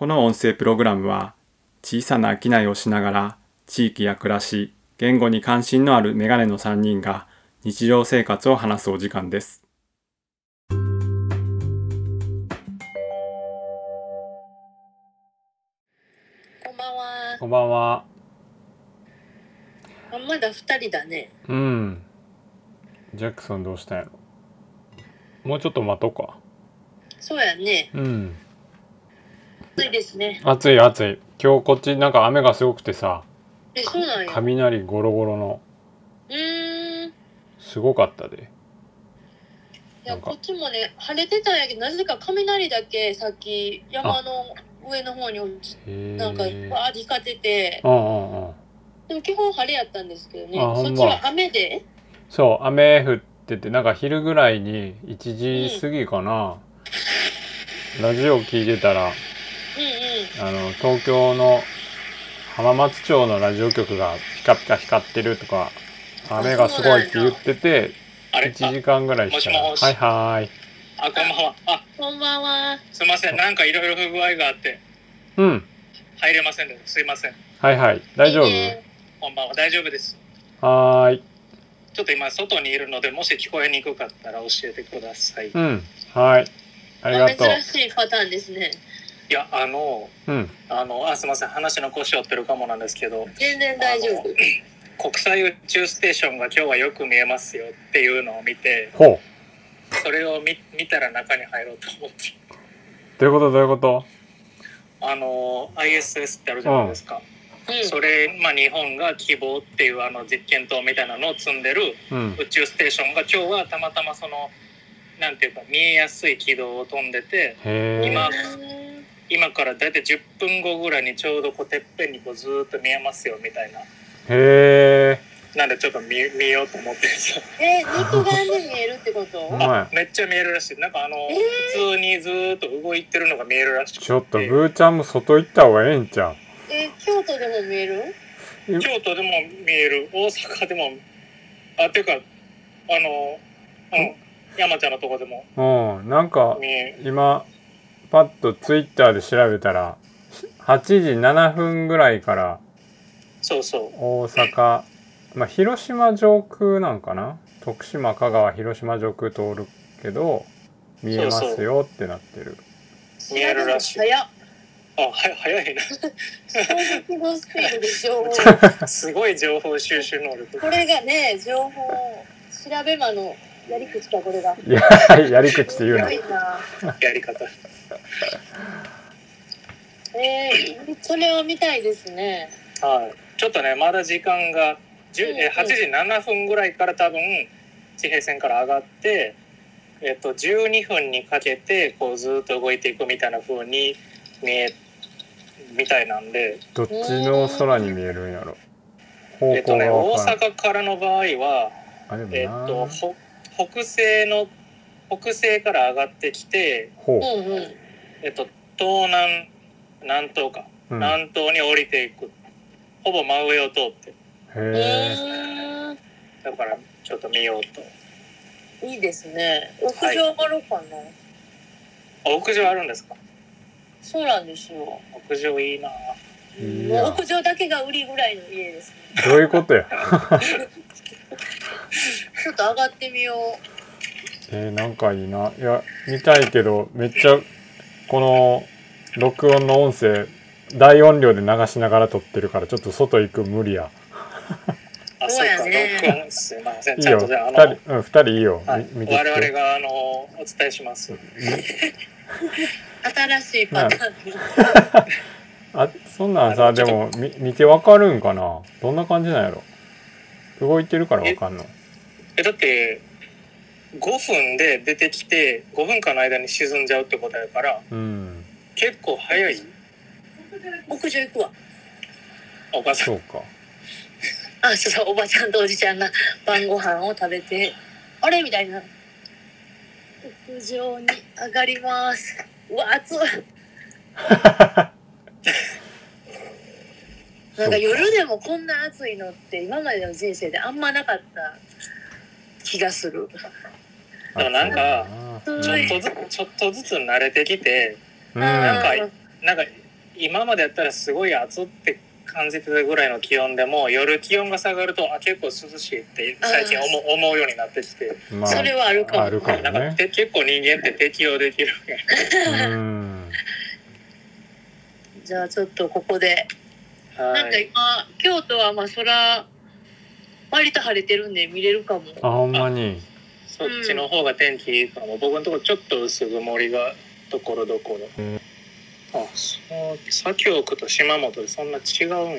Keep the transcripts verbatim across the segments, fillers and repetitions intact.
この音声プログラムは小さな商いをしながら地域や暮らし、言語に関心のあるメガネのさんにんが日常生活を話すお時間です。 こんばんは。 こんばんは。 あ、まだふたりだね。 うん。ジャックソンどうしたんやろ。もうちょっと待とうか。 そうやね。 うん。 暑いですね。 暑い暑い。今日こっちなんか雨がすごくてさ。 え、そうなんや。 雷ゴロゴロの。 うーん。 すごかったで。 いや、こっちもね、晴れてたんやけど、なぜか雷だけさっき山の上の方に落ち、なんかバーって光ってて、 うんうんうん。 でも基本晴れやったんですけどね。 あ、ほんま。 そっちは雨で？ そう、雨降ってて、なんか昼ぐらいにいちじ過ぎかな、うん、ラジオ聞いてたら、うんうん、あの東京の浜松町のラジオ局がピカピカ光ってるとか、雨がすごいって言ってて、いちじかんぐらいしたら、 もしもし、 はいはい。 あ、こんばんは。あ、 こんばんは。 すいません、なんかいろいろ不具合があって、 うん、 入れませんで、すいません。 はいはい、大丈夫？いいね、 こんばんは、大丈夫です。 はーい。 ちょっと今外にいるので、もし聞こえにくかったら教えてください。 うん、はい、ありがとう。 珍しいパターンですね。 いや、あの、 うん、 あの、あ、すいません、話の腰折ってるかもなんですけど、 全然大丈夫。 国際宇宙ステーションが今日はよく見えますよっていうのを見て、 ほう、 それを 見, 見たら中に入ろうと思って。 どういうことどういうこと？ あの アイエスエス ってあるじゃないですか、うん、それ、まあ、日本が希望っていうあの実験棟みたいなのを積んでる宇宙ステーションが今日はたまたまそのなんていうか見えやすい軌道を飛んでて、今今からだいたいじゅっぷんごぐらいにちょうどこうてっぺんにこうずーっと見えますよみたいな。 へー、 なんでちょっと 見, 見ようと思ってえー、肉眼で見えるってことあ、めっちゃ見えるらしい。なんかあの、えー、普通にずーっと動いてるのが見えるらしい。 ちょっとブーちゃんも外行った方がええんちゃう？ えー、京都でも見える？ 京都でも見える、大阪でも、あ、ていうかあの、うん、山ちゃんのとこでも。 うん、なんか今パッとツイッターで調べたらはちじななふんぐらいからそうそう大阪、まあ、広島上空なんかな、徳島香川広島上空通るけど見えますよってなってる。 見えるらしい。 早っ。 あ、は早いな。 衝撃のスピードで情報すごい情報収集能力。 これがね、情報調べ魔のやり口か、これが。 いや、やり口って言うな。 やり方。 えー、それを見たいですね。 はい。ちょっとね、まだ時間がじゅう、うんうん、はちじななふんぐらいから多分地平線から上がって、えっと、じゅうにふんにかけてこうずっと動いていくみたいな風に見えみたいなんで。 どっちの空に見えるんやろ。 えっとね、大阪からの場合は、えっと、北西の北西から上がってきて、 ほう、 えっと、東南南東か、うん、南東に降りていく、ほぼ真上を通って。 へー。 だからちょっと見ようと。 いいですね。屋上あるかな、はい、 あ、屋上あるんですか？ そうなんですよ。 屋上いいな。 うん、もう屋上だけが売りぐらいの家です、ね。 どういうことや。 ちょっと上がってみよう。 えー、なんかいいな。いや、見たいけどめっちゃこの録音の音声大音量で流しながら撮ってるからちょっと外行く無理や。 あ、そうか、録音すいません。 いいよ、ふたり、うん、ふたりいいよ。 はい、見て我々があのお伝えします。 新しいパターン。 あ、そんなんさ、でもみ見てわかるんかな。どんな感じなんやろ。動いてるからわかんの。 え、だってごふんで出てきてごふんかんの間に沈んじゃうってことやから、うん、結構早い。 屋上行くわ。 おばさん。 そうか。 あ、そうそう、おばちゃんとおじちゃんが晩ご飯を食べて、あれみたいな。屋上に上がります。うわ、暑い。なんか夜でもこんな暑いのって今までの人生であんまなかった気がする。 でもなんかちょっとずつちょっとずつ慣れてきて、うん、なんかなんか今までやったらすごい暑って感じてたぐらいの気温でも夜気温が下がるとあ結構涼しいって最近思う思うようになってきて、 まあ、それはあるかも。 あるかもね。 なんか結構人間って適応できるうんじゃあちょっとここで、はい、なんか今京都はまあ空割と晴れてるんで見れるかも。 あ、ほんまに。 そっちの方が天気いいかも。僕のところちょっと薄曇りがところどころ。うん、あ、そう左京区と島本でそんな違うんや。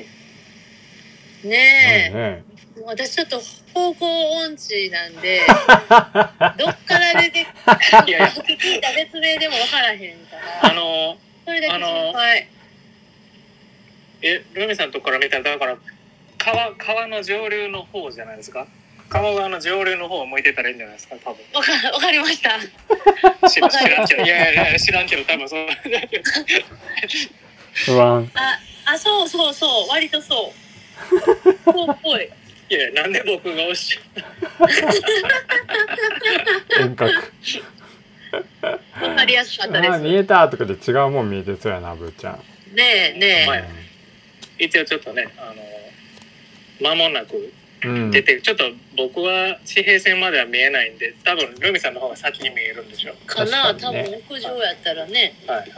ねえ、ね、私ちょっと方向音痴なんでどっから出ていやいや聞いた別名でも分からへんからあのそれだけ心配。 え、ルミさんのとこから見たらだから川川の上流の方じゃないですか。川側の上流の方を向いてたらいいんじゃないですか、多分。 わかわかりました。 知ら知らんけど、いやいやいや知らんけど多分そう。 不安。 あ、あ、そうそうそう、割とそう。そうっぽい。 いや、なんで僕がおっしゃる。遠隔。 わかりやすかったです。 あ、見えたとかで違うもん見えてそうやな、ぶーちゃん。 ねえねえ。 はい、一応ちょっとね、あの間もなく出て、うん、ちょっと僕は地平線までは見えないんで、多分ルミさんの方が先に見えるんでしょ。 かな、ね、多分屋上やったらね。 はいはい。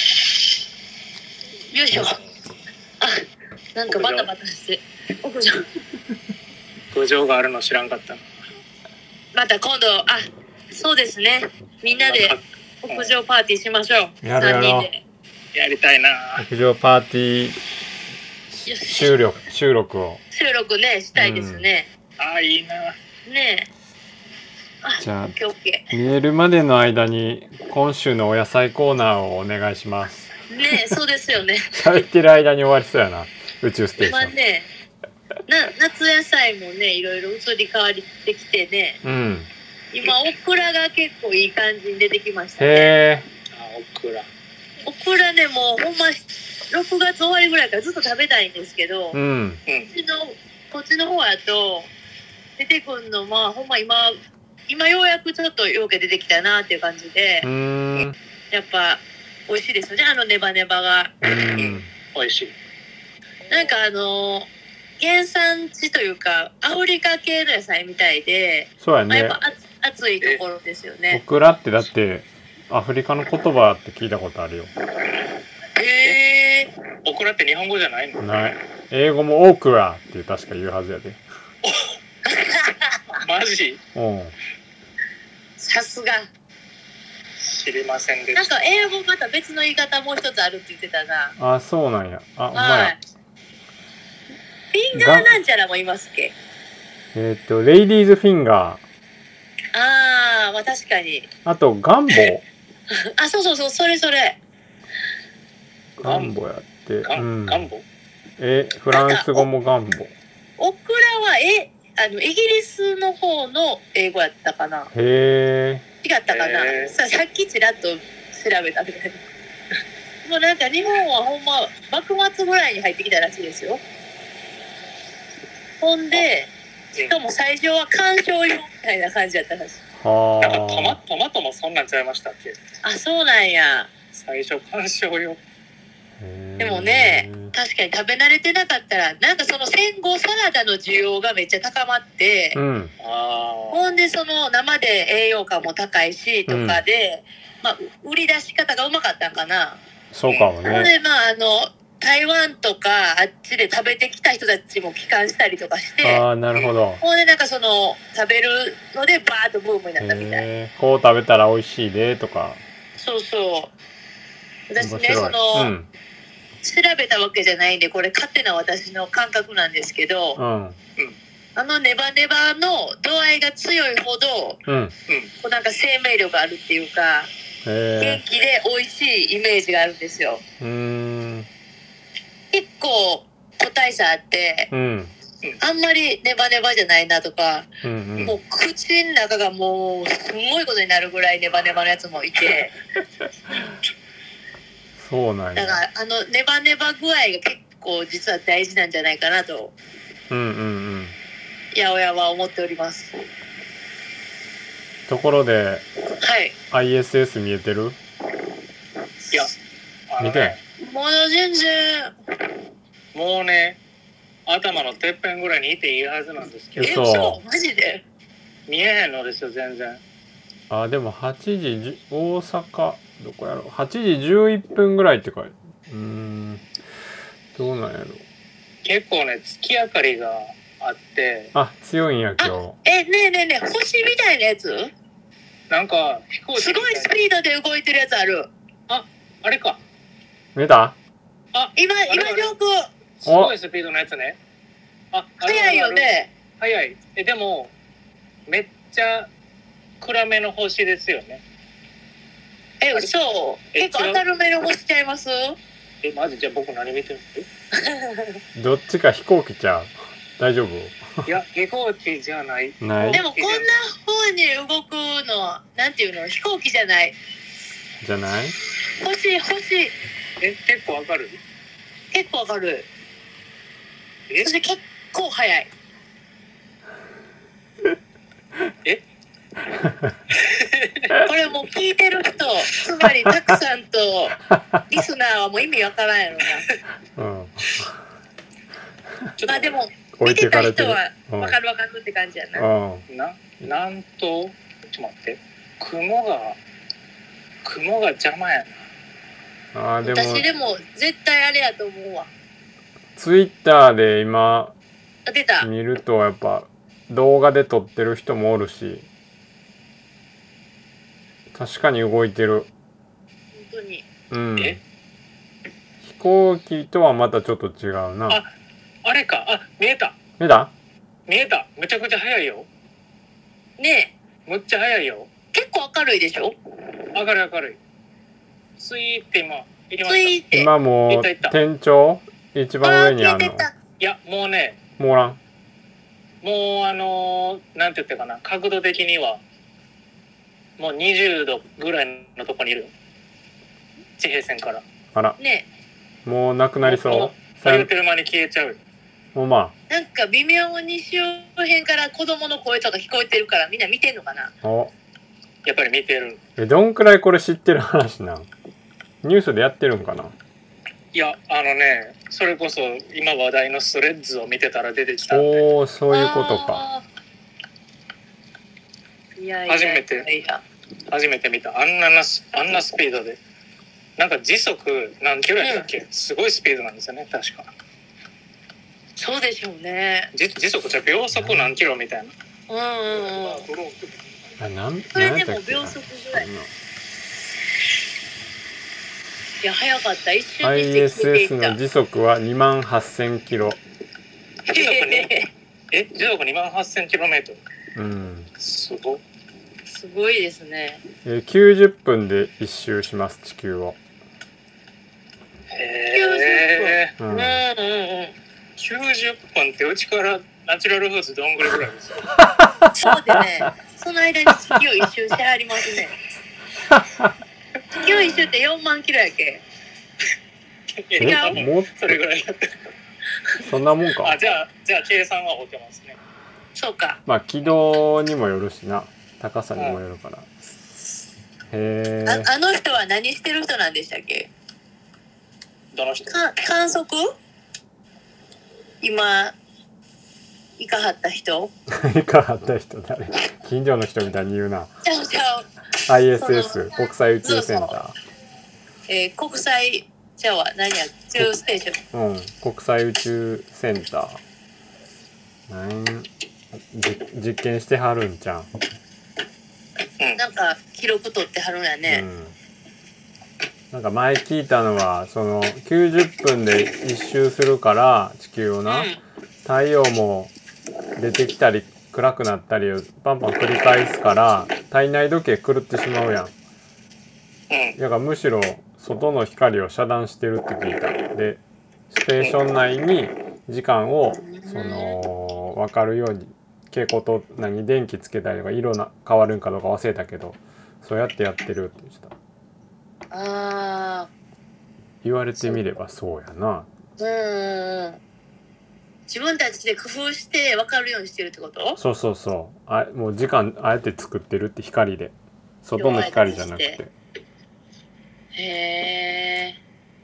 よいしょ。あ、なんかバタバタして屋上。 屋上があるの知らんかった。 また今度、あ、そうですね。みんなで屋上パーティーしましょう。 やるやろう。 さんにんで。 やりたいな。 屋上パーティー収録収録を収録ねしたいですね。 うん、あ、いいな。 ねえ。 じゃあ見えるまでの間に今週のお野菜コーナーをお願いします。 ねえ、そうですよね。 喋ってる間に終わりそうやな、宇宙ステーション。 今ね、な夏野菜もねいろいろ移り変わってきてね。 うん。 今オクラが結構いい感じに出てきましたね。 へー。あ、オクラ。 オクラね、もうほんまろくがつ終わりぐらいからずっと食べたいんですけど、 うん、 こっちのこっちの方やと出てくるのまあほんま今今ようやくちょっとようけ出てきたなっていう感じで、 うん、 やっぱ美味しいですよね、あのネバネバが。 うん、 美味しい。 なんかあの原産地というかアフリカ系の野菜みたいで、 そうやね。 まあ、やっぱ暑いところですよね。 オクラってだってアフリカの言葉って聞いたことあるよ。 へえー。オクラって日本語じゃないの？ ない。英語もオークラって確か言うはずやで。 マジ？ うん。 さすが。 知りませんでした。 なんか英語また別の言い方もう一つあるって言ってたな。 あ、そうなんや。あ、ほんまや。 はい。フィンガーなんちゃらもいますっけ？ えっとレイディーズフィンガー。 ああ、まあ確かに。 あとガンボ。 あ、そうそうそう、それそれ。 ガンボやって。 ガン、うん、ガンボ。 え、フランス語もガンボ。 オクラはえ、あのイギリスの方の英語やったかな。 へえ。 違ったかな。さ, さっきちらっと調べたみたいな。もうなんか日本はほんま幕末ぐらいに入ってきたらしいですよ。ほんで、しかも最初は観賞用みたいな感じだったらしい。 はあ。 なんかトマトマトもそんなんちゃいましたっけ？ あ、そうなんや。 最初観賞用。 でもね、確かに食べ慣れてなかったらなんかその戦後サラダの需要がめっちゃ高まって、 うん、 ほんでその生で栄養価も高いしとかで、うん、まあ、売り出し方がうまかったんかな。 そうかもね。 ほんでまああの台湾とかあっちで食べてきた人たちも帰還したりとかして、 ああ、なるほど。 ほんでなんかその食べるのでバーッとブームになったみたい。 こう食べたら美味しいでとか。 そうそう。私ねその、うん、調べたわけじゃないんでこれ勝手な私の感覚なんですけど、 うん、 あのネバネバの度合いが強いほど、うん、こうなんか生命力があるっていうか、元気で美味しいイメージがあるんですよ。 うーん、 結構個体差あって、うん、あんまりネバネバじゃないなとか、うんうん、もう口の中がもうすごいことになるぐらいネバネバのやつもいてそうなんや。 だからあのネバネバ具合が結構実は大事なんじゃないかなと、 うんうんうん、 やおやは思っております。 ところで、 はい、 アイエスエス 見えてる？ いや、 見て。 まだ全然。 もうね、頭のてっぺんぐらいにいていいはずなんですけど。 え、そうマジで見えへんのですよ、全然。 あ、でもはちじ、大阪、どこやろ ?はちじじゅういっぷんぐらいって書いて。うーん、どうなんやろ。 結構ね、月明かりがあって。 あ、強いんや、今日。 え、ねえねえねえ、星みたいなやつなんか、飛行機すごいスピードで動いてるやつある。 あ、あれか。 見た？ あ、 今、今上空。 すごいスピードのやつね。あ、 速いよね。 速い。え、でも、めっちゃ暗めの星ですよね。 え、嘘。結構当たる目の星ちゃいます？ え、マジ？じゃあ僕何見てるの？どっちか飛行機ちゃう？大丈夫？ いや、飛行機じゃない。 ない。 でもこんな風に動くの、なんていうの、飛行機じゃない。 じゃない？ 星、星。 え、結構わかる？ 結構わかる。 え？ そして結構速い。 え？ これもう聞いてる人、つまりたくさんとリスナーはもう意味わからんやろな。うん。まあでも見てた人はわかるわかるって感じやな。 うん、 な、なんと、ちょっと待って、雲が雲が邪魔やな。あ、でも私でも絶対あれやと思うわ。 ツイッターで今出た見るとやっぱ動画で撮ってる人もおるし、確かに動いてる。 本当に。 うん。え？飛行機とはまたちょっと違うな。 あ、あれか。あ、見えた。 見えた？ 見えた。めちゃくちゃ速いよ。 ねえ。むっちゃ速いよ。 結構明るいでしょ？ 明るい明るい。スイーって今行きました。 今もう天頂一番上にあるの。 いやもうね。 もうおらん。 もうあのー、なんて言ってかな、角度的にはもうにじゅうどぐらいのとこにいる。地平線から。 あら。 ね。 もうなくなりそう。 言ってる間に消えちゃう。 もうまあ。なんか微妙に周辺から子供の声とか聞こえてるからみんな見てんのかな。 お。やっぱり見てる。 え、どんくらいこれ知ってる話なん？ニュースでやってるんかな？ いや、あのね、それこそ今話題のスレッズを見てたら出てきたんで。おー、そういうことか。 いやいや初めて初めて見た。あんななあんなスピードで、なんか時速何キロやったっけ、うん、すごいスピードなんですよね、確か。 そうでしょうね。 時速じゃ秒速何キロみたいな。 うんうんうん。 あ、なんそれでも秒速ぐらい。いや早かった。一瞬にアイエスエス の時速はにまんはっせんキロ。 時速にえ時速にまんはっせんキロメートル。 うん。 すごすごいですね。 えきゅうじゅっぷんで一周します、地球を。 へえ。うんうんうん。きゅうじゅっぷんってうちからナチュラルフーズどんぐらいぐらいですか？ そうでね。その間に地球一周しはりますね。地球一周ってよんまんキロやけ。 違う？もうそれぐらいやって。 そんなもんか。 あ、じゃあじゃあ計算はおけますね。 そうか。 まあ軌道にもよるしな、高さにもよるから。うん、へえ。あ、あの人は何してる人なんでしたっけ？ どの人？ か観測？今行かはった人？ 行かはった人誰？近所の人みたいに言うな。 ちゃうちゃう。 アイエスエス 国際宇宙センター。そうそう、 えー、国際じゃあ何や宇宙ステーション。うん、国際宇宙センター。なん実験してはるんちゃう。なんか記録取ってはるんやね。うん、 なんか前聞いたのはそのきゅうじゅっぷんで一周するから地球をな、うん、太陽も出てきたり暗くなったりをパンパン繰り返すから体内時計狂ってしまうやん。だからむしろ外の光を遮断してるって聞いた。でステーション内に時間をその分かるように蛍光灯何電気つけたりとか色な変わるんかどうか忘れたけどそうやってやってるって言ってた。 あ言われてみればそうやな。 うん。自分たちで工夫して分かるようにしてるってこと？ そうそうそう。あもう時間あえて作ってるって光で外の光じゃなくて。 へえ。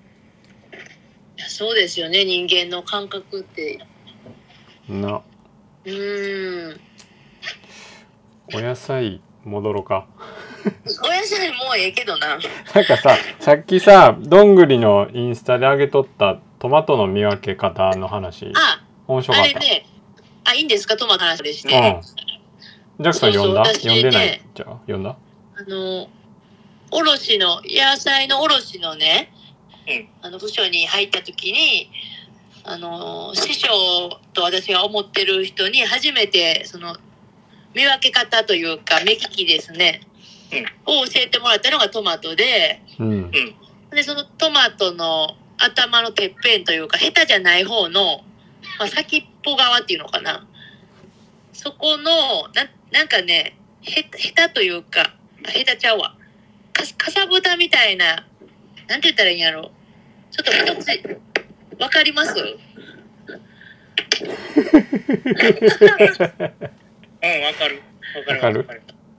そうですよね、人間の感覚ってな。 うーんお野菜戻ろうか。 お野菜もうええけどな。 なんかさ、さっきさ、どんぐりのインスタで上げとったトマトの見分け方の話、 あ、 面白かった。 あれね、あ、いいんですか、トマトの話でして。 うん。ジャックさん読んだ？ そうそう読んでない？じゃあ読んだ？ あのおろしの野菜のおろしのね、あの部署に入った時に、あの師匠と私が思ってる人に初めてその見分け方というか目利きですね、を教えてもらったのがトマトで、うん、でそのトマトの頭のてっぺんというかヘタじゃない方の、まあ、先っぽ側っていうのかな、そこの な, なんかねヘタというかヘタちゃうわか, かさぶたみたいな、なんて言ったらいいんやろ、ちょっと形わかります？うん、わかるわかるわかる。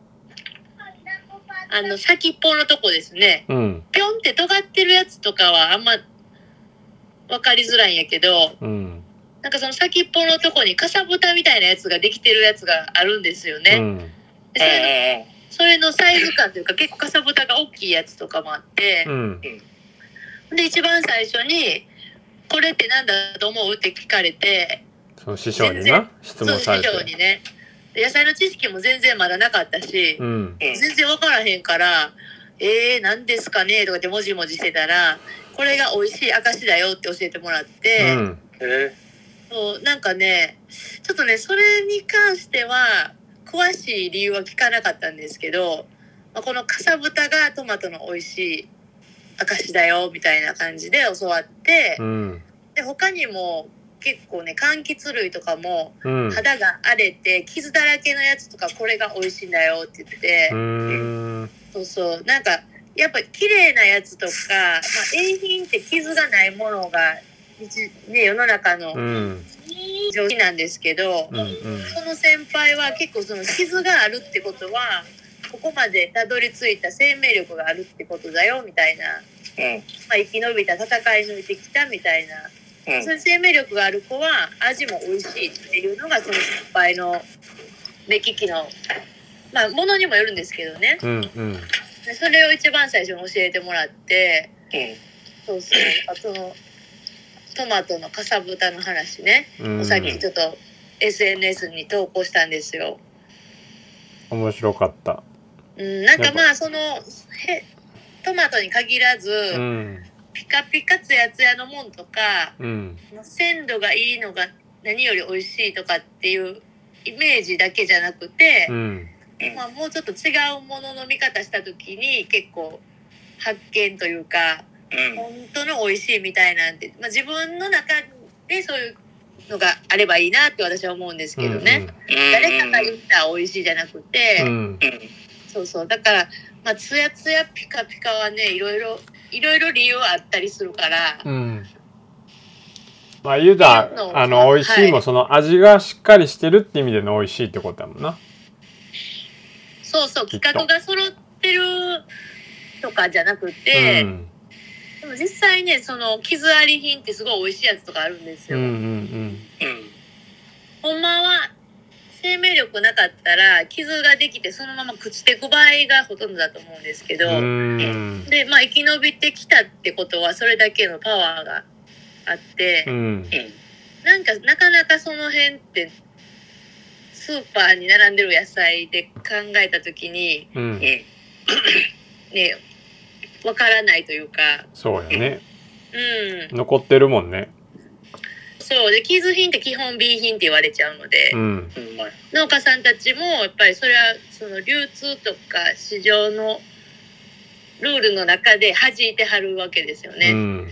あの先っぽのとこですね、うん、ピョンって尖ってるやつとかはあんまわかりづらいんやけど、うん、なんかその先っぽのとこにかさぶたみたいなやつができてるやつがあるんですよね、うん、でそれのそれのサイズ感というか結構かさぶたが大きいやつとかもあって、うん、で一番最初にこれってなんだと思うって聞かれて、 その師匠にな質問されて、 師匠にね、野菜の知識も全然まだなかったし、うん、全然分からへんからえー何ですかねとかってもじもじしてたら、これが美味しい証だよって教えてもらって、うん、そうなんかねちょっとねそれに関しては詳しい理由は聞かなかったんですけど、まあ、このかさぶたがトマトの美味しい証だよみたいな感じで教わって、うん、で他にも結構ね柑橘類とかも肌が荒れて傷だらけのやつとかこれが美味しいんだよって言って、うん、そうそうなんかやっぱ綺麗なやつとか、まあ、永品って傷がないものが、ね、世の中の、うん常識なんですけど、うんうん、その先輩は結構その傷があるってことはここまでたどり着いた生命力があるってことだよみたいな、うんまあ、生き延びた戦い抜いてきたみたいな、うん、そういう生命力がある子は味も美味しいっていうのがその先輩の目利きのまあものにもよるんですけどね、うんうん、でそれを一番最初に教えてもらって、うん、そうそうあとのトマトのかさぶたの話ね、うん、さっきちょっと エスエヌエス に投稿したんですよ。 面白かった、 うん、なんかまあそのへトマトに限らず、うん、ピカピカツヤツヤのもんとか、うん、鮮度がいいのが何より美味しいとかっていうイメージだけじゃなくて、うんまあ、もうちょっと違うものの見方した時に結構発見というか本当の美味しいみたいなんて、まあ、自分の中でそういうのがあればいいなって私は思うんですけどね、うんうん、誰かが言ったら美味しいじゃなくて、うん、そうそうだからまあツヤツヤピカピカはねいろいろいろいろ理由あったりするから、うん、 まあ言うたらあの美味しいも、はい、その味がしっかりしてるって意味での美味しいってことだもんな。 そうそう規格が揃ってるとかじゃなくて、うんでも実際ねその傷あり品ってすごい美味しいやつとかあるんですよ、うんうんうん、ほんまは生命力なかったら傷ができてそのまま朽ちていく場合がほとんどだと思うんですけど、うんでまあ生き延びてきたってことはそれだけのパワーがあって、うん、なんかなかなかその辺ってスーパーに並んでる野菜で考えた時に、うん、ねわからないというかそうやね、うん、残ってるもんね。 そうで傷品って基本 B 品って言われちゃうので、うん、農家さんたちもやっぱりそれはその流通とか市場のルールの中で弾いてはるわけですよね、うんうん、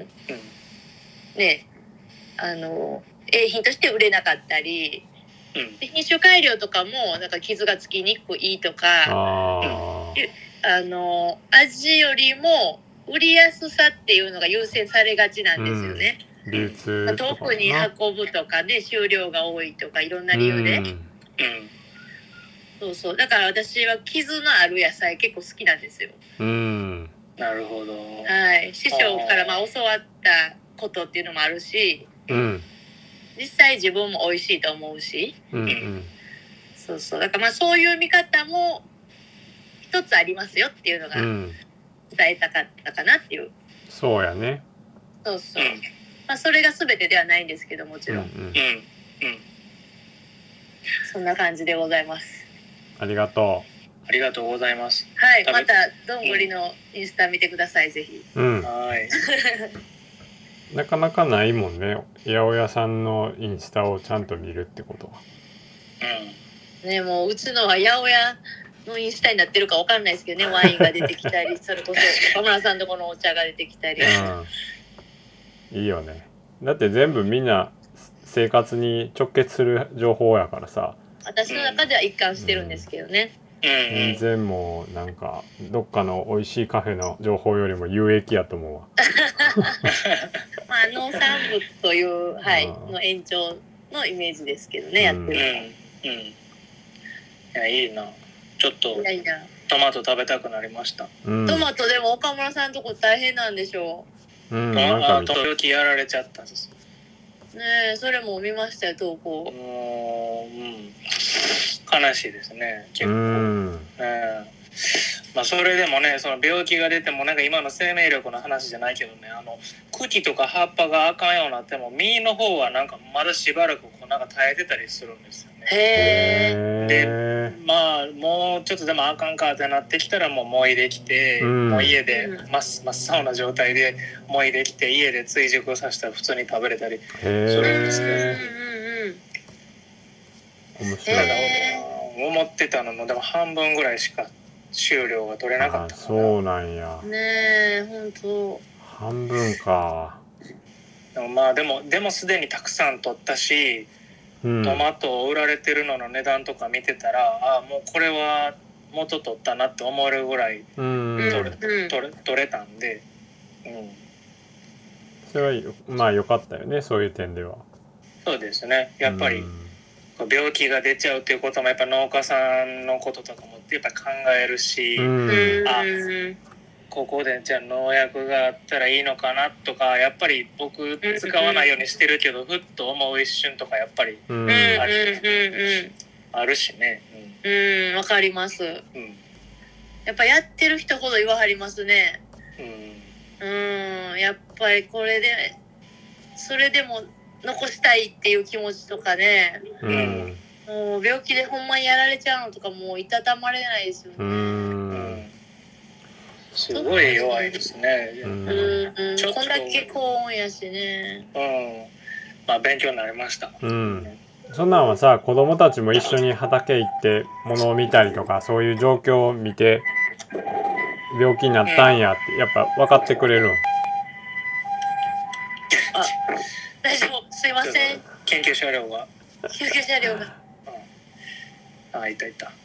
ねあの A 品として売れなかったり、うん、品種改良とかもなんか傷がつきにくいとかああの味よりも売りやすさっていうのが優先されがちなんですよね、 うん、流通とか遠くに運ぶとかね収量が多いとかいろんな理由で、うんうん、そうそうだから私は傷のある野菜結構好きなんですよ、うん、 なるほど。 はい、師匠からまあ教わったことっていうのもあるし、 うん、 実際自分も美味しいと思うし、 うんうん、 そうそう、だからまあそういう見方も一つありますよっていうのが伝えたかったかなっていう、うん、 そうやね。 そうそう、まあそれが全てではないんですけど、もちろん、うんうんうん、そんな感じでございます。 ありがとう。 ありがとうございます。 はい、またどんぐりのインスタ見てください、ぜひ。 うん。 はい。 なかなかないもんね、八百屋さんのインスタをちゃんと見るってことは。 うん。ね、もううちのは八百屋のインスタになってるかわかんないですけどね、ワインが出てきたり、それこそ岡村さんとこのお茶が出てきたり。 うん。いいよね。だって全部みんな生活に直結する情報やからさ。 私の中では一貫してるんですけどね。うん全然もうなんかどっかの美味しいカフェの情報よりも有益やと思うわ。 まあ農産物という、はい、の延長のイメージですけどね、やってるのは。うんうん、いやいいな。ちょっとトマト食べたくなりました。 うん、トマトでも岡村さんとこ大変なんでしょう。うん、 ああ、病気やられちゃったんです。 ねえ、それも見ましたよ、投稿。 うん、悲しいですね、結構。うんえー、まあそれでもね、その病気が出てもなんか今の生命力の話じゃないけどね、あの茎とか葉っぱがあかんようになっても実の方はなんかまだしばらくこうなんか耐えてたりするんですよね。 へー。で、まあもうちょっとでもあかんかってなってきたらもうもいできて、うん、もう家で真っ青な状態でもいできて家で追熟させたら普通に食べれたりするんですけど、面白いな。思ってたののでも半分ぐらいしか収量が取れなかったから。 そうなんや。 ねえ、本当。 半分か。 でもまあでもでもすでにたくさん取ったし、うん、トマトを売られてるのの値段とか見てたら、ああもうこれは元取ったなって思えるぐらい取れ、うん、取れ、取れたんで、うん。 それはまあ良かったよね、そういう点では。 そうですね。やっぱり、うん、病気が出ちゃうっていうこともやっぱ農家さんのこととかもやっぱ考えるし、うん、あここでじゃあ農薬があったらいいのかなとか、やっぱり僕使わないようにしてるけど、ふっと思う一瞬とかやっぱりある、あるしね。 うん、わ、うん、かります、うん。やっぱやってる人ほど言わはりますね。うん、うん、やっぱりこれでそれでも残したいっていう気持ちとかね、うん、もう病気でほんまにやられちゃうのとかもういたたまれないですよね。うん、 すごい弱いですね。 うん、うん、ちょっとこんだけ高温やしね。うん、 まあ勉強になりました。 うん。そんなんはさ、子供たちも一緒に畑行って物を見たりとか、そういう状況を見て病気になったんやってやっぱ分かってくれるん。 あ、大丈夫、すいません。 研究車両が。 救急車両が。 うん、あ、いたいた。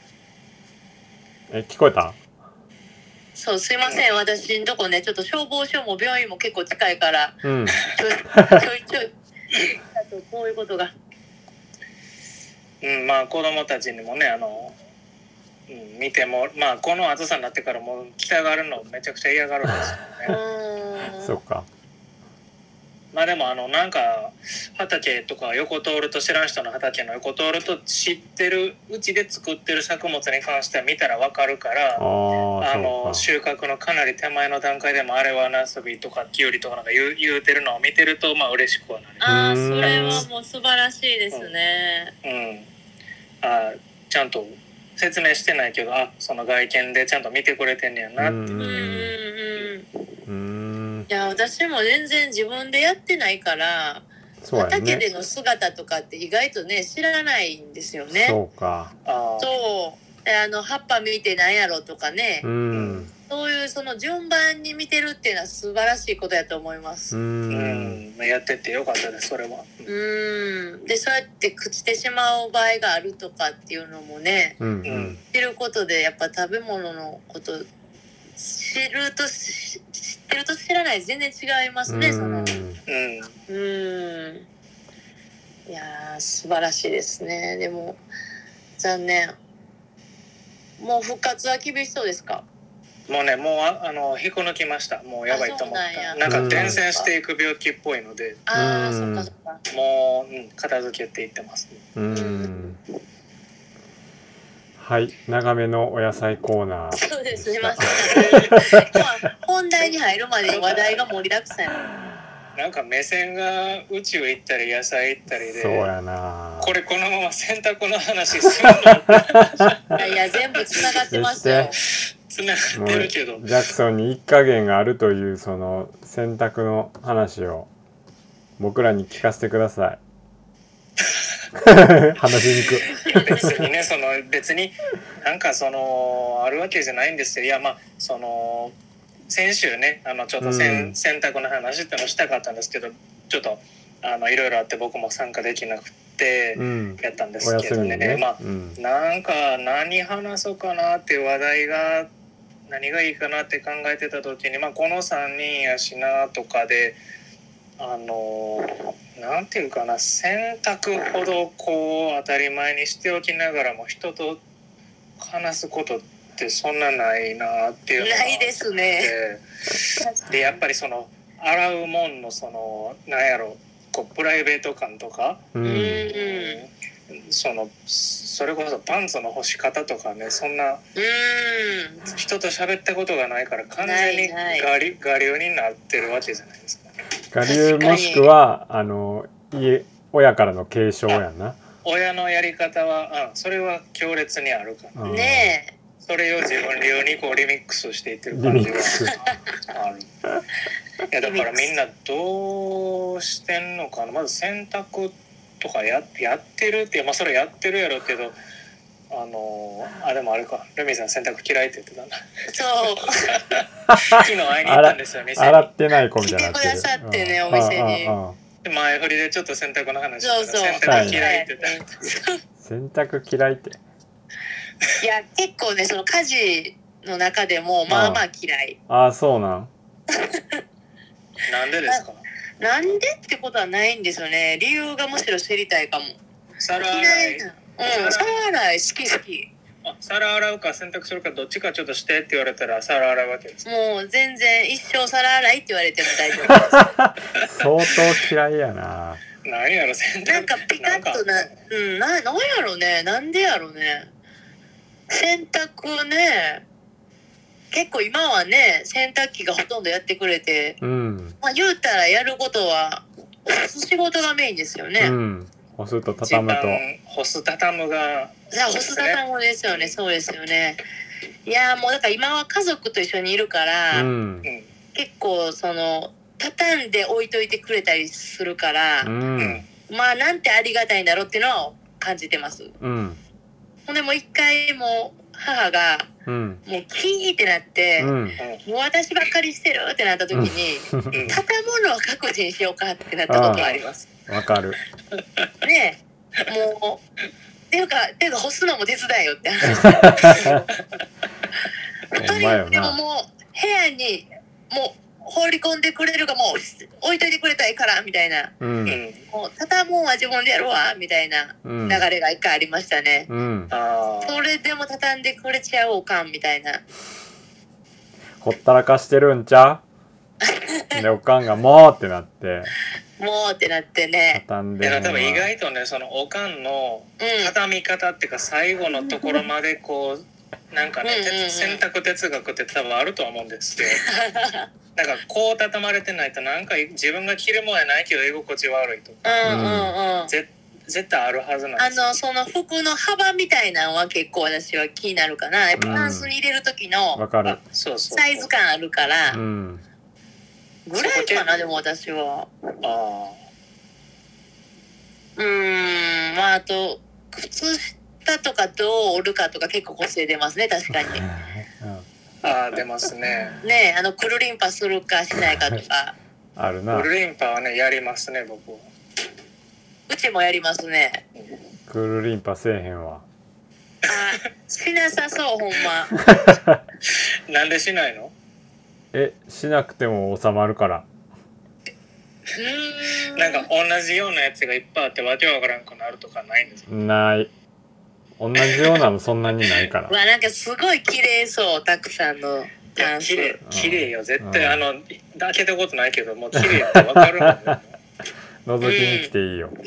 え、聞こえた？ そう、すいません、私んとこね、ちょっと消防署も病院も結構近いから、うん、ちょいちょいあとこういうことが。 うん、まあ子供たちにもね、あの、うん、見ても、まあこの暑さになってからもう来たがるのめちゃくちゃ嫌がるんですよね。 そっか。 まあでもあのなんか畑とか横通ると知らん人の畑の横通ると知ってるうちで作ってる作物に関しては見たら分かるから、あの収穫のかなり手前の段階でもあれはナスビとかキュウリとかなんか言う、言うてるのを見てるとまあ嬉しくはなる。 ああ、それはもう素晴らしいですね。 うん、うん、あちゃんと説明してないけど、あその外見でちゃんと見てくれてんねやなって。うんうんうん。いや私も全然自分でやってないから、ね、畑での姿とかって意外とね知らないんですよね。 そうか。 あそうあの葉っぱ見てなんやろとかね、うん、そういうその順番に見てるっていうのは素晴らしいことやと思います。 うんうん、やっててよかったですそれは。 うんでそうやって朽ちてしまう場合があるとかっていうのもね、うんうん、知ることでやっぱ食べ物のこと知ると知ってると知らない全然違いますね。そのうんうんいや素晴らしいですね。でも残念。もう復活は厳しそうですか？ もうね、もうああの引っこ抜きました。もうやばいと思った。なんか伝染していく病気っぽいので、 ああ、そっかそっか。 もう、うん、片付けていってます、ね。 うん。はい、長めのお野菜コーナー。 そうですね。まあ、本題に入るまで話題が盛りだくさん。 なんか目線が宇宙行ったり野菜行ったりで、 そうやな。 これこのまま洗濯の話するの？ いやいや、全部つながってますよ。 つながってるけど。 ジャクソンに一加減があるというその洗濯の話を僕らに聞かせてください。話しにく別にね、その別になんかそのあるわけじゃないんですよ。いやまあその先週ね、あのちょっと洗、うん、洗濯の話ってのをしたかったんですけど、ちょっとあのいろいろあって僕も参加できなくてやったんですけどね。うん、ねまあ、うん、なんか何話そうかなっていう話題が何がいいかなって考えてた時に、まあこのさんにんやしなとかで。あのなんていうかな、洗濯ほどこう当たり前にしておきながらも人と話すことってそんなないなっていうのがないですね。 でやっぱりその洗うもんのそのなんやろこうプライベート感とか、うん、そのそれこそパンツの干し方とかね、そんな人と喋ったことがないから完全に我流、我流になってるわけじゃないですか。 我流もしくはあの家親からの継承やな。 親のやり方は、うん、それは強烈にあるからねえ。 それを自分流にこうリミックスしていってる感じがある。いやだからみんなどうしてんのかな。まず洗濯とか や, やってるって、まあそれやってるやろうけど、あのあでもあれか、ルミさん洗濯嫌いって言ってたな。そう昨日会いに行ったんですよ、店に。 洗ってない子みたいなってる。来てくださってね、お店に。 で前振りでちょっと洗濯の話そうそう洗濯嫌いって言った。 洗濯嫌いって。 いや結構ね、その家事の中でもまあまあ嫌い。 ああ、そうなん。 なんでですか？ なんでってことはないんですよね。理由がむしろ知りたいかも。 皿洗い。 うん、皿洗い好き好き。 あ、皿洗うか洗濯するかどっちかちょっとしてって言われたら皿洗うわけです。 もう全然一生皿洗いって言われても大丈夫です。相当嫌いやな。 何やろ洗濯。 なんかピカッとな、うん、な、なんやろね、なんでやろね。洗濯ね、結構今はね、洗濯機がほとんどやってくれて、うん、まあ言うたらやることは干す仕事がメインですよね。うん、 干すと畳むと。 干す畳むが、 ね、干す畳むですよね。そうですよね。いやもうだから今は家族と一緒にいるから、うん、結構その畳んで置いといてくれたりするから、うん、まあなんてありがたいんだろうっていうのを感じてます。うん、ほんでもう一回もう母が、うん、もうキーってなって、うん、もう私ばっかりしてるってなった時に、うん、畳むのは各自にしようかってなったことがあります。 わかる。 ねえ、もうっていうかっていうか干すのも手伝いよって話。とにかくでももう部屋にもう放り込んでくれるかもう置いといてくれたいからみたいな、うん、もう畳むんは自分でやるわみたいな流れが一回ありましたね、うん、それでも畳んでくれちゃおうかんみたいな。 ほったらかしてるんちゃうでおかんがもうってなってもうってなってね。 畳んでいや多分意外とねそのおかんの畳み方っていうか最後のところまでこうなんかねうんうん、うん、洗濯哲学って多分あると思うんですよ。なんかこう畳まれてないとなんか自分が着るもんやないけど居心地悪いとか、うんうんうん、ぜ絶対あるはずなんですよ。 あのその服の幅みたいなのは結構私は気になるかな。パンツに入れる時のサイズ感あるから、うん、ぐらいかな。でも私はあうーんまああと靴下とかどう折るかとか結構個性出ますね確かに。 ああ出ますね。 ねえあのクルリンパするかしないかとかあるな。 クルリンパはねやりますね僕は。 うちもやりますね。 クルリンパせえへんわ。 あしなさそうほんま。 なんでしないの？ えしなくても収まるから。 うーんなんか同じようなやつがいっぱいあってわけわからんくなるとかないんですか？ ない。同じようなのそんなにないから。 わなんかすごい綺麗そうたくさんの。 タンス。 綺麗よ絶対、うん、あの開けたことないけどもう綺麗ってわかるもんね。 覗きに来ていいよ。うん。うん、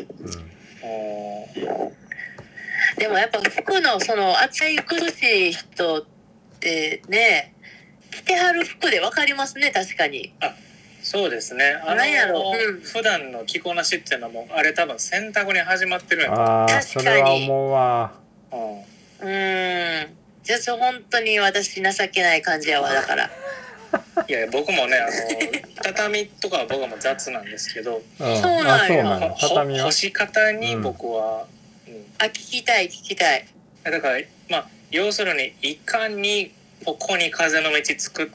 でもやっぱ服のその暑い苦しい人ってね、着てはる服でわかりますね、確かに。 あ、そうですね。あのなんやろ、 うん、普段の着こなしっていうのもあれ多分洗濯に始まってるんやと思う。 ああ、それは思うわ。 うん。うん。じゃあ本当に私情けない感じやわだから。 いや僕もね、あの畳とかは僕も雑なんですけど、 そうなんや。 畳干し方に僕は、 うんうん、あ聞きたい聞きたい。 だからまあ要するにいかにここに風の道作って。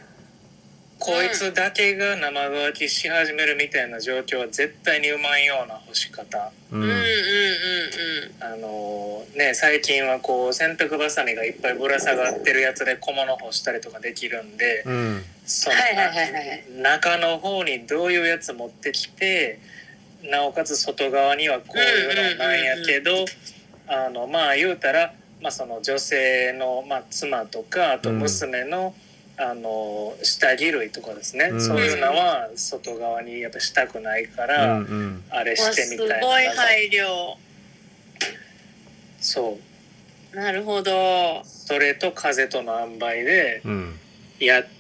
こいつだけが生乾きし始めるみたいな状況は絶対にうまいような干し方。 うんうんうんうん。 あのね、最近はこう洗濯バサミがいっぱいぶら下がってるやつで小物干したりとかできるんで、 うん、 その中の方にどういうやつ持ってきて、なおかつ外側にはこういうのなんやけど、あのまあ言うたら、まあ、その女性の、まあ、妻とかあと娘の、うんあの下着類とかですね、うん、そういうのは外側にやっぱしたくないから、うんうん、あれしてみたいな。 すごい配慮。 そうなるほど。 それと風との塩梅でやって、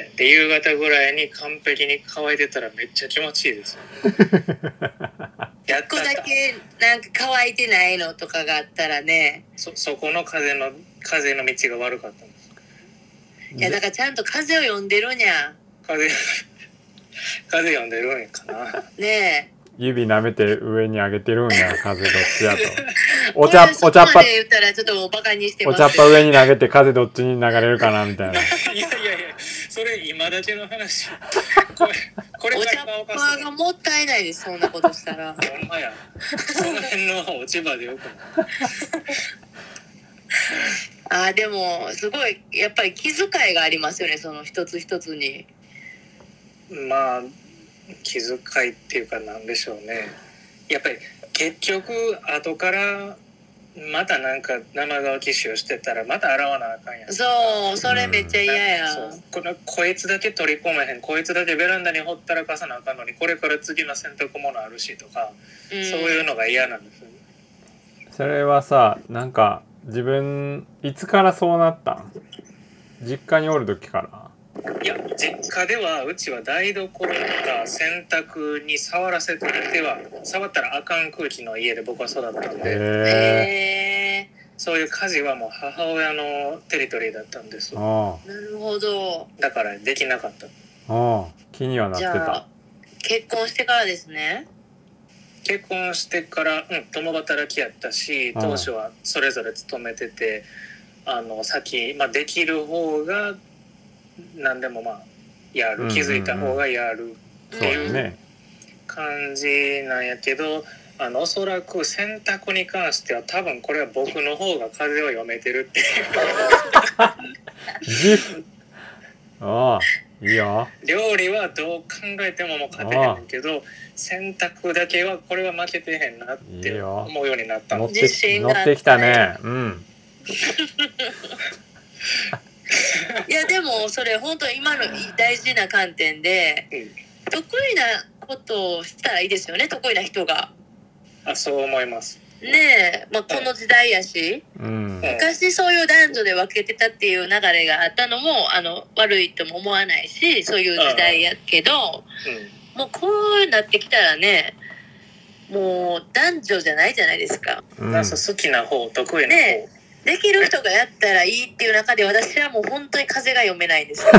うん、で夕方ぐらいに完璧に乾いてたらめっちゃ気持ちいいですよやっこだけなんか乾いてないのとかがあったらね、 そ, そこの風の風の道が悪かったんです。 いやだからちゃんと風を読んでるにゃ。 風風読んでるんかな。 ねえ。 指舐めて上に上げてるんや、風どっちやと。お茶お茶っ葉言ったらちょっとバカにしてます。 お茶っ葉上に投げて風どっちに流れるかなみたいな。いやいやいやそれ今だけの話。これこれお茶っ葉がもったいないですそんなことしたら。 ほんまや。その辺の落ち葉でよくない。 あでもすごいやっぱり気遣いがありますよね、その一つ一つに。 まあ気遣いっていうかなんでしょうね。やっぱり結局後からまたなんか生乾き臭してたらまた洗わなあかんやん。 そうそれめっちゃ嫌や、 うん、そうこのこいつだけ取り込めへん、こいつだけベランダにほったらかさなあかんのにこれから次の洗濯物あるしとか、うん、そういうのが嫌なんですよね。 それはさなんか自分いつからそうなったん？実家におる時から？ いや実家ではうちは台所とか洗濯に触らせては触ったらあかん空気の家で僕は育ったんで、 へー、 そういう家事はもう母親のテリトリーだったんです。 なるほど。 だからできなかった。 ああ気にはなってた。 じゃあ結婚してからですね。 結婚してから、うん、共働きやったし当初はそれぞれ勤めてて、あの先、まあ、できる方が何でもまあやる、気づいた方がやるっていう感じなんやけど、あのおそらく洗濯に関しては多分これは僕の方が風を読めてるっていうああいいよ。 料理はどう考えてももう勝てへんけど洗濯だけはこれは負けてへんなって思うようになったの。 自信が乗ってきたね。うんいやでもそれ本当今の大事な観点で、うん、得意なことをしたらいいですよね、得意な人が。 あ、そう思いますねえ、まあ、この時代やし、うん、昔そういう男女で分けてたっていう流れがあったのもあの悪いとも思わないし、そういう時代やけど、うん、もうこうなってきたらね、もう男女じゃないじゃないですか、 うん、好きな方、得意な方、 ね、できる人がやったらいいっていう中で私はもう本当に風が読めないんですよ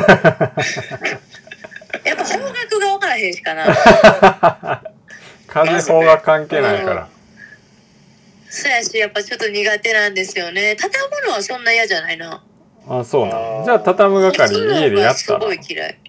やっぱ方角が分からへんしかな風方が関係ないから、うん、 そうやしやっぱちょっと苦手なんですよね。畳むのはそんな嫌じゃないな。 あ、そうなの。じゃあ畳む係家でやったら。 すごい嫌い。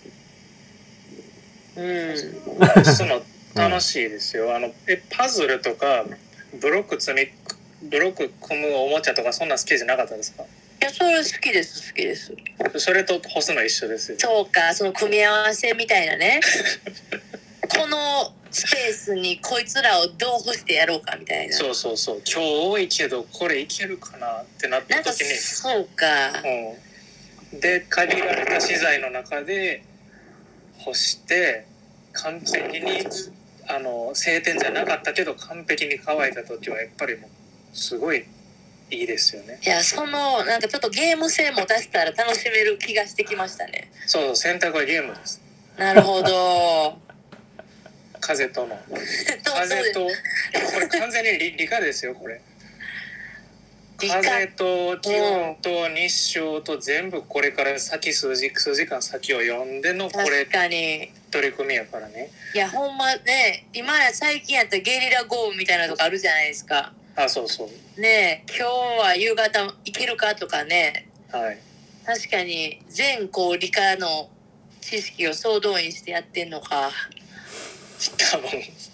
うん。その楽しいですよ。あのえパズルとかブロック積みブロック組むおもちゃとかそんな好きじゃなかったですか？ いやそれ好きです好きです。 それと干すの一緒ですよ。 そうか、その組み合わせみたいなね。このスペースにこいつらをどう干してやろうかみたいな。 そうそうそう。今日多いけどこれいけるかなってなった時に。 なんかそうか。 うん。 で限られた資材の中で干して完璧にあの晴天じゃなかったけど完璧に乾いた時はやっぱりもうすごいいいですよね。 いや、そのなんかちょっとゲーム性も出したら楽しめる気がしてきましたね。 そう、洗濯はゲームです。 なるほど。 風との風とこれ完全に理理科ですよこれ。風と気温と日照と全部これから先数時数時間先を読んでのこれ確かに取り組みやからね。 いやほんまね、今や最近やったらゲリラ豪雨みたいなのとかあるじゃないですか。 あ、そうそうねえ、今日は夕方行けるかとかね。 はい。 確かに全こう理科の知識を総動員してやってんのか多分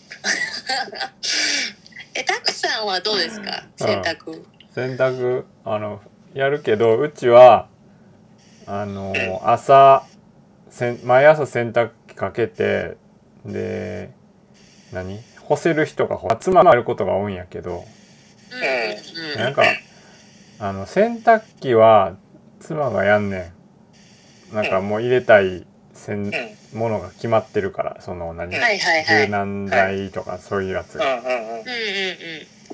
え、たくさんはどうですか洗濯、うん、 洗濯あのやるけどうちはあの朝せん毎朝洗濯機かけてで何干せる人が集まることが多いんやけど、うん、なんかあの洗濯機は妻がやんねん。なんかもう入れたいせんものが決まってるからその何、はいはいはい、柔軟剤とかそういうやつが、はい、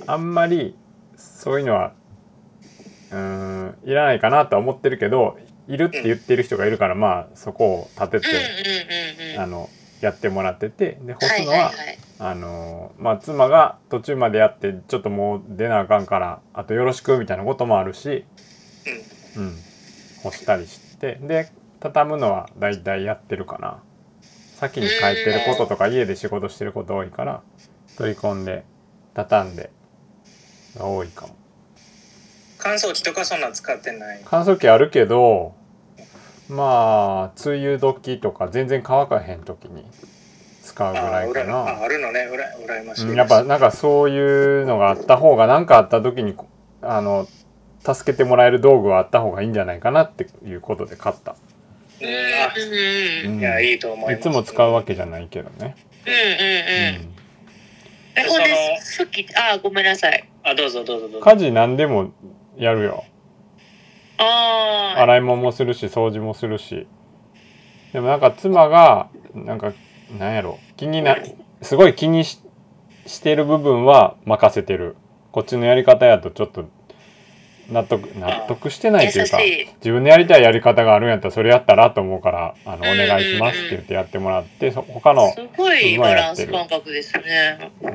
あんまりそういうのはうーんいらないかなとは思ってるけどいるって言ってる人がいるからまあそこを立ててあのやってもらっててで干すのは、はいはいはい、あのまあ妻が途中までやってちょっともう出なあかんからあとよろしくみたいなこともあるし、うん、干したりしてで畳むのはだいたいやってるかな。先に帰ってることとか家で仕事してること多いから取り込んで畳んでが多いかも。 乾燥機とかそんなん使ってない？ 乾燥機あるけどまあ梅雨時とか全然乾かへん時に使うぐらいかな。 あ, あ, あるのね。うら羨ましいです。 やっぱなんかそういうのがあった方が何かあった時にあの助けてもらえる道具はあった方がいいんじゃないかなっていうことで買った。 うん、いやいいと思います。 いつも使うわけじゃないけどね。 うんうんうん。え、ほんで好き。あ、ごめんなさい。 あ、どうぞどうぞどうぞ。 家事何でもやるよ。 あ、 洗い物もするし掃除もするし。でもなんか妻がなんかなんやろ気になすごい気に し, してる部分は任せてる。こっちのやり方やとちょっと納得納得してないというか自分でやりたいやり方があるんやったらそれやったらと思うからあのお願いしますって言ってやってもらってそ他のすごいバランス感覚ですね。うん、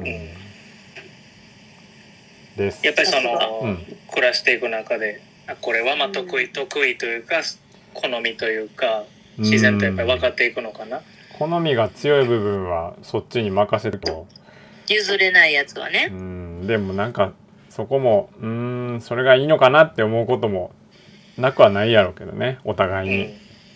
です。 やっぱりその、うん、暮らしていく中でこれはまあ得意、うん、得意というか好みというか自然とやっぱり分かっていくのかな。 好みが強い部分はそっちに任せると譲れないやつはね。 うんでもなんかそこもうーんそれがいいのかなって思うこともなくはないやろうけどねお互いに、うん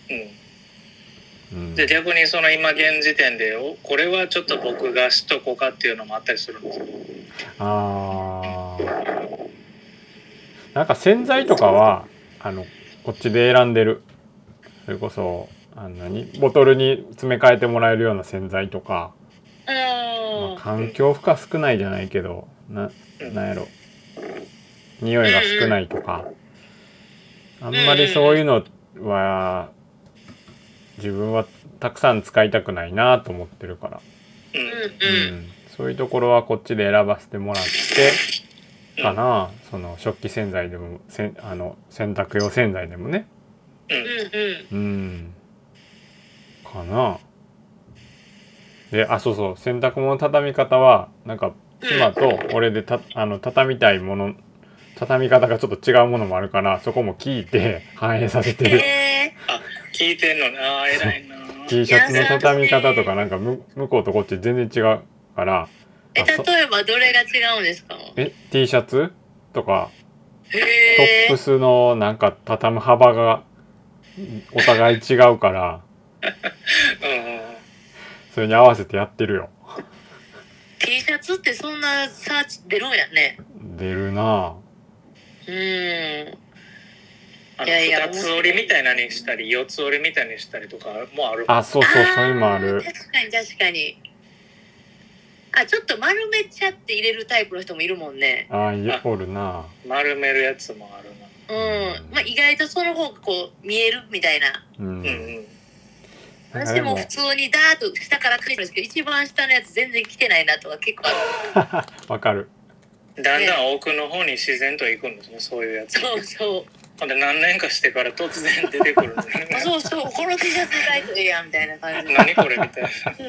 うんうん、で逆にその今現時点でこれはちょっと僕がしとこうかっていうのもあったりするんですよ。 あーなんか洗剤とかはあのこっちで選んでる。それこそあんなにボトルに詰め替えてもらえるような洗剤とか、まあ、環境負荷少ないじゃないけどな、なんやろ匂いが少ないとかあんまりそういうのは自分はたくさん使いたくないなと思ってるから、うん、そういうところはこっちで選ばせてもらってかな。その食器洗剤でもせあの洗濯用洗剤でもね、うん、うん、かな。であそうそう洗濯物の畳み方はなんか妻と俺でたあの畳みたいもの畳み方がちょっと違うものもあるからそこも聞いて反映させてる。 えー、あ聞いてんのな偉いな。 T シャツの畳み方とかなんか向こうとこっち全然違うから。 え例えばどれが違うんですか？ え T シャツとかトップスのなんか畳む幅がお互い違うから、うん、それに合わせてやってるよ。 T シャツってそんなサーチ出るんやね。 出るな。 うん。 あのいやいやふたつ折りみたいなにしたりよっつ折りみたいにしたりとかもある。 あそうそうそういうのもある。 確かに確かに。あちょっと丸めちゃって入れるタイプの人もいるもんね。 あいやおるな。 丸めるやつもあるな。 まあ意外とその方がこう見えるみたいな。うん。私も普通にダーッと下から書いてるんですけど、一番下のやつ全然来てないなとか結構ある。わかる。 だんだん奥の方に自然と行くんですね、そういうやつ。 そうそう。 ほんで何年かしてから突然出てくるんですね。 そうそう、この T シャツ意外とええやんみたいな感じ。 何これみたいな。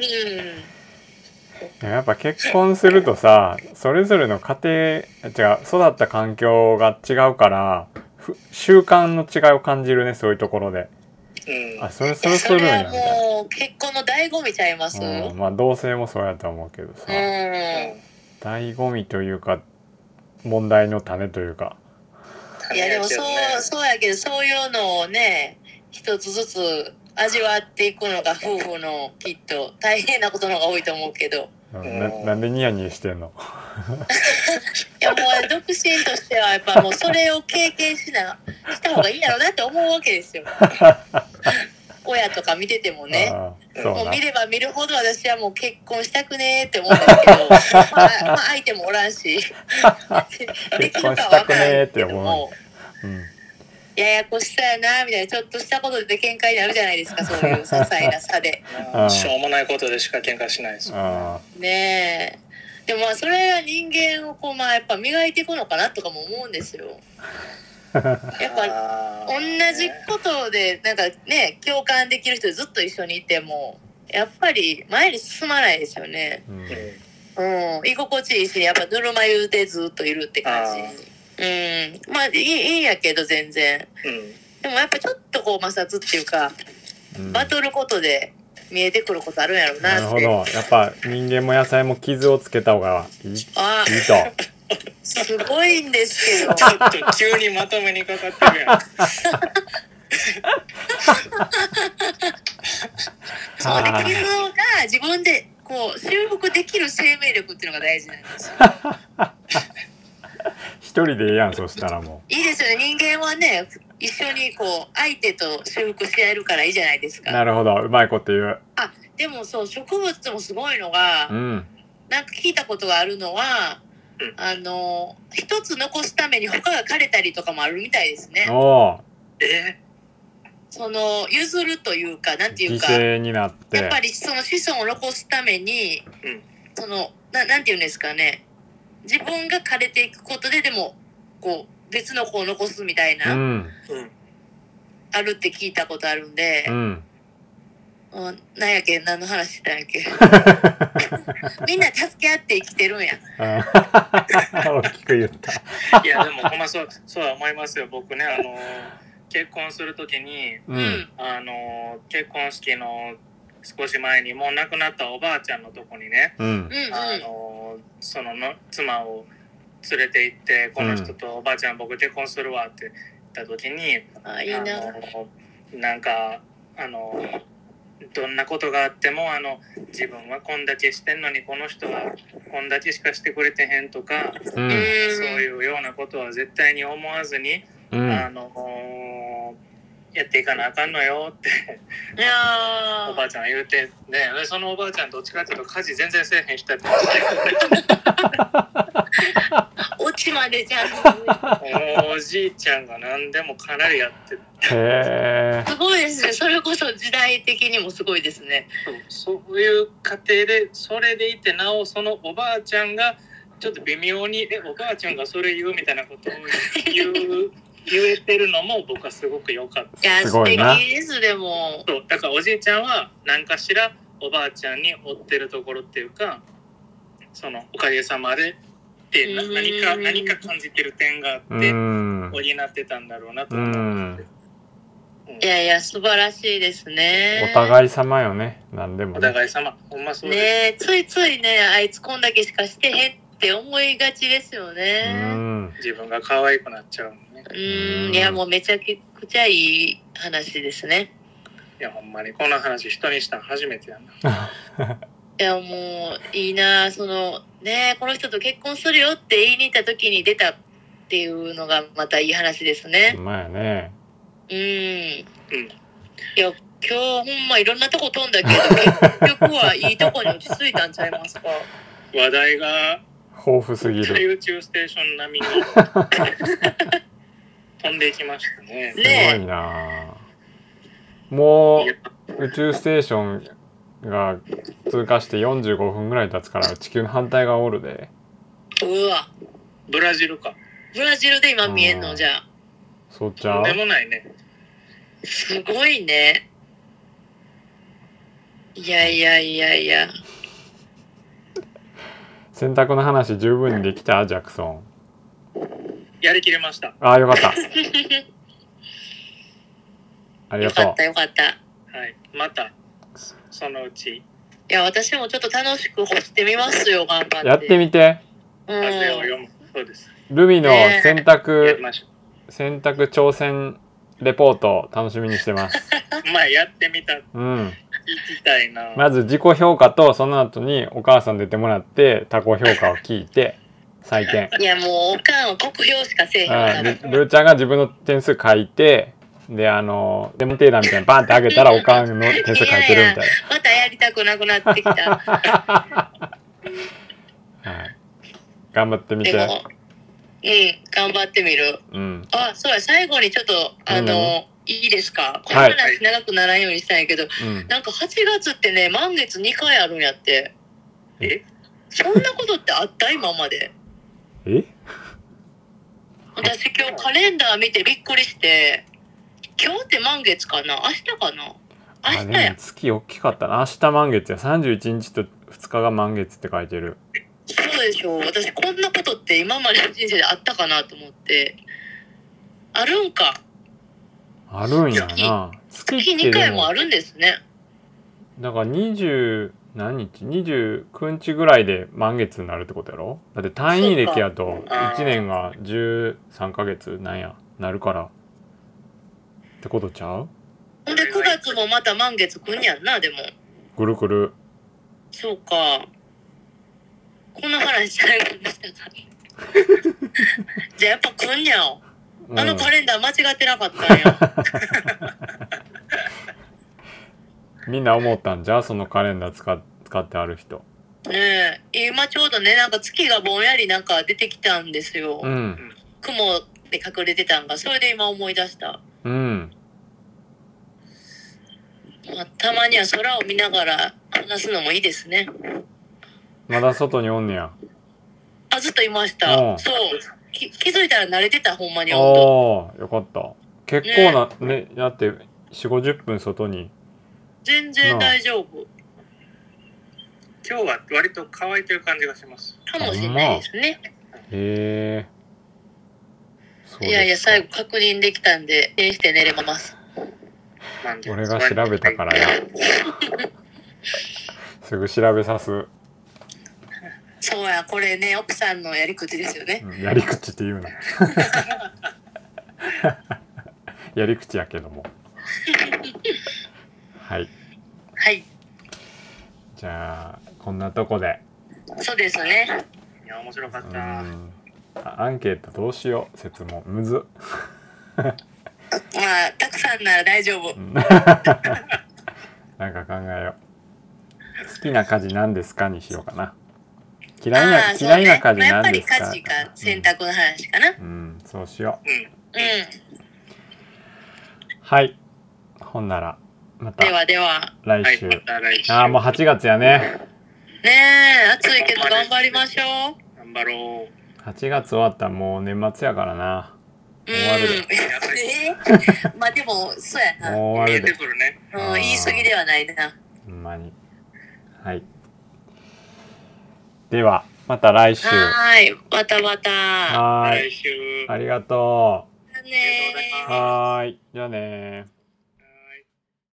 うん。やっぱ結婚するとさ、それぞれの家庭、違う、育った環境が違うから、習慣の違いを感じるね、そういうところで。うん、あ、それそれするんや。 それはもう結婚の醍醐味ちゃいます。 うん、まあ同性もそうやと思うけどさ。うん。醍醐味というか問題の種というか。 いやでもそうそうやけど、そういうのをね一つずつ味わっていくのが夫婦のきっと大変なことの方が多いと思うけど。 な, なんでニヤニヤしてんの？ いやもう独身としてはやっぱもうそれを経験しなした方がいいやろうなって思うわけですよ。親とか見ててもね、もう見れば見るほど私はもう結婚したくねーって思うんですけど、まあ、まあ相手もおらんしできるかは分からんけども、うん、ややこしさやなみたいな、ちょっとしたことで喧嘩になるじゃないですか、そういう些細な差で。 しょうもないことでしか喧嘩しないですよね。えでもまあそれが人間をこうまあやっぱ磨いていくのかなとかも思うんですよ。やっぱ同じことでなんかね共感できる人ずっと一緒にいてもやっぱり前に進まないですよね。うん、うん、居心地いいし、やっぱぬるま湯でずっといるって感じ。うん、まあいい、いいんやけど全然、うん、でもやっぱちょっとこう摩擦っていうか、うん、バトることで見えてくることあるんやろうなって。 なるほど。やっぱ人間も野菜も傷をつけた方がいい、いいと。 すごいんですけど。 ちょっと急にまとめにかかってるやん。 そうで、傷が自分でこう修復できる生命力っていうのが大事なんですよ。 一人でいいやん、そしたらもう。いいですよね。人間はね、一緒にこう相手と修復し合えるからいいじゃないですか。 なるほど、うまいこと言う。 あ、でもそう、植物もすごいのが、うん、なんか聞いたことがあるのは、あの一つ残すために他が枯れたりとかもあるみたいですね。おえその譲るというか、なんていうか、 犠牲になってやっぱりその子孫を残すために、うん、その な, なんていうんですかね、自分が枯れていくことででもこう別の子を残すみたいな、うん、あるって聞いたことあるんで、うん、なんやっけ、何の話したんやっけ。みんな助け合って生きてるんや。 大きく言った。 いやでもほんまそうそうは思いますよ。僕ね、あの結婚するときに、うん、あの結婚式の少し前にもう亡くなったおばあちゃんのとこにね、うん、あのそのの妻を連れて行って、この人とおばあちゃん僕結婚するわって言ったときに、 あ、いいな。あのなんかあのどんなことがあってもあの自分はこんだけしてんのにこの人はこんだけしかしてくれてへんとか、うん、そういうようなことは絶対に思わずに、うん、あのやっていかなあかんのよっていやおばあちゃんが言うて、ね、そのおばあちゃんどっちかっていうと家事全然せえへん人やってましたオチまでじゃん。 おじいちゃんが何でもかなりやってへすごいですね。それこそ時代的にもすごいですね。 そう、そういう家庭でそれでいて、なおそのおばあちゃんがちょっと微妙にえおばあちゃんがそれ言うみたいなことを言う言えてるのも僕はすごく良かった。 いや素敵ですでも。 そうだからおじいちゃんは何かしらおばあちゃんに追ってるところっていうか、そのおかげさまでって何か何か感じてる点があって補ってたんだろうなと思うんです。 いやいや素晴らしいですね。 お互い様よね。何でもね。 お互い様。ほんまそうです。 ね、ついついね、あいつこんだけしかしてへんって思いがちですよね。うん、 自分が可愛くなっちゃうのね。 うん、いやもうめちゃくちゃいい話ですね。 いやほんまにこの話人にしたの初めてやな。 いやもういいな、そのね、この人と結婚するよって言いに行った時に出たっていうのがまたいい話ですね。 まあね。 うん。うん。いや今日ほんまいろんなとこ飛んだけど結局はいいとこに落ち着いたんちゃいますか。 話題が豊富すぎる。 宇宙ステーション並みに飛んでいきましたね。 ねすごいな。もう宇宙ステーションが通過してよんじゅうごふんぐらい経つから地球の反対側おるで。 うわ。 ブラジルか。 ブラジルで今見えんのじゃあ。 そうちゃう？ でもないね。 すごいね。いやいやいやいや。 洗濯の話十分にできた？ジャクソン。 やりきれました。 ああ、よかった。ありがとう。 よかったよかった。 はい、またそのうち。いや、私もちょっと楽しく干してみますよ、頑張って。 やってみて。 うん。 風を読む。そうです。 ルミの洗濯、 やりましょ洗濯挑戦レポート楽しみにしてます。 う。まあやってみた。 うん。 聞きたいな。 まず自己評価とその後にお母さん出てもらって他己評価を聞いて採点。 いや、もうおかんは酷評しかせえへんわ。 うん、ルルーちゃんが自分の点数書いて、であのデモテーラーみたいにバンって上げたらおかんの点数書いてるみたいな。 いやいやまたやりたくなくなってきた。 はい。頑張ってみて。 でも、うん、頑張ってみる。 うん。 あ、そうや、最後にちょっとあの、うんいいですか？このはい話長くならんようにしたんやけど、 うん、 なんかはちがつってね、満月にかいあるんやって。 え？ そんなことってあった今まで。 え？ 私今日カレンダー見てびっくりして、今日って満月かな？明日かな？明日や。 ね、月大きかったな。明日満月や。さんじゅういちにちとふつかが満月って書いてる。 そうでしょう。私こんなことって今までの人生であったかなと思って。あるんか。 あるんやな。 月にかいもあるんですね。 だからにじゅう何日 ?にじゅうくにちぐらいで満月になるってことやろ？だって単位暦やといちねんがじゅうさんかげつなんやなるからってことちゃう？ ほんでくがつもまた満月くんやんな、でも。 くるくる。 そうか。こんな話最後にしたか。じゃあやっぱくんやん。あのカレンダー間違ってなかったんや。 みんな思ったんじゃそのカレンダー使っ使ってある人。 ねえ、今ちょうどね、なんか月がぼんやりなんか出てきたんですよ。 うん。 雲で隠れてたんが、それで今思い出した。 うん。 まあ、たまには空を見ながら話すのもいいですね。 まだ外におんねや。 あ、ずっといました。そう。き気づいたら慣れてた、ほんまに。 温度。ああ、よかった。結構な、ね、ねだってよんじゅうごじゅっぷん外に。 全然大丈夫。 今日は割と乾いてる感じがします。 かもしれないですね。 へえ。 いやいや、最後確認できたんで、寝して寝れます。 俺が調べたからや。すぐ調べさす。 そうや、これね、奥さんのやり口ですよね。 うん、やり口って言うな。やり口やけども。はい。 はい。 じゃあこんなとこで。 そうですね。 いや面白かった。 アンケートどうしよう。説問むず。 まあたくさんなら大丈夫。 なんか考えよう。好きな家事なんですかにしようかな。嫌いな、ね、嫌いな家事なんですか。 やっぱり家事か洗濯の話かな。 うん、うん、そうしよう。 うん。うん。 はい。ほんならまた。 ではでは。 来週。 はい、また来週。 ああもうはちがつやね。 ねえ暑いけど頑張りましょう。 頑張ろう。 はちがつ終わったらもう年末やからな。 終わるで。えー、まあでもそうやな。 もう終わるで。 見えてくるね。 うん、言い過ぎではないな。 ほんまに。はい。ではまた来週。 はい、またまた。 はい。 来週。 ありがとう。 ねー。 はい。じゃあねー。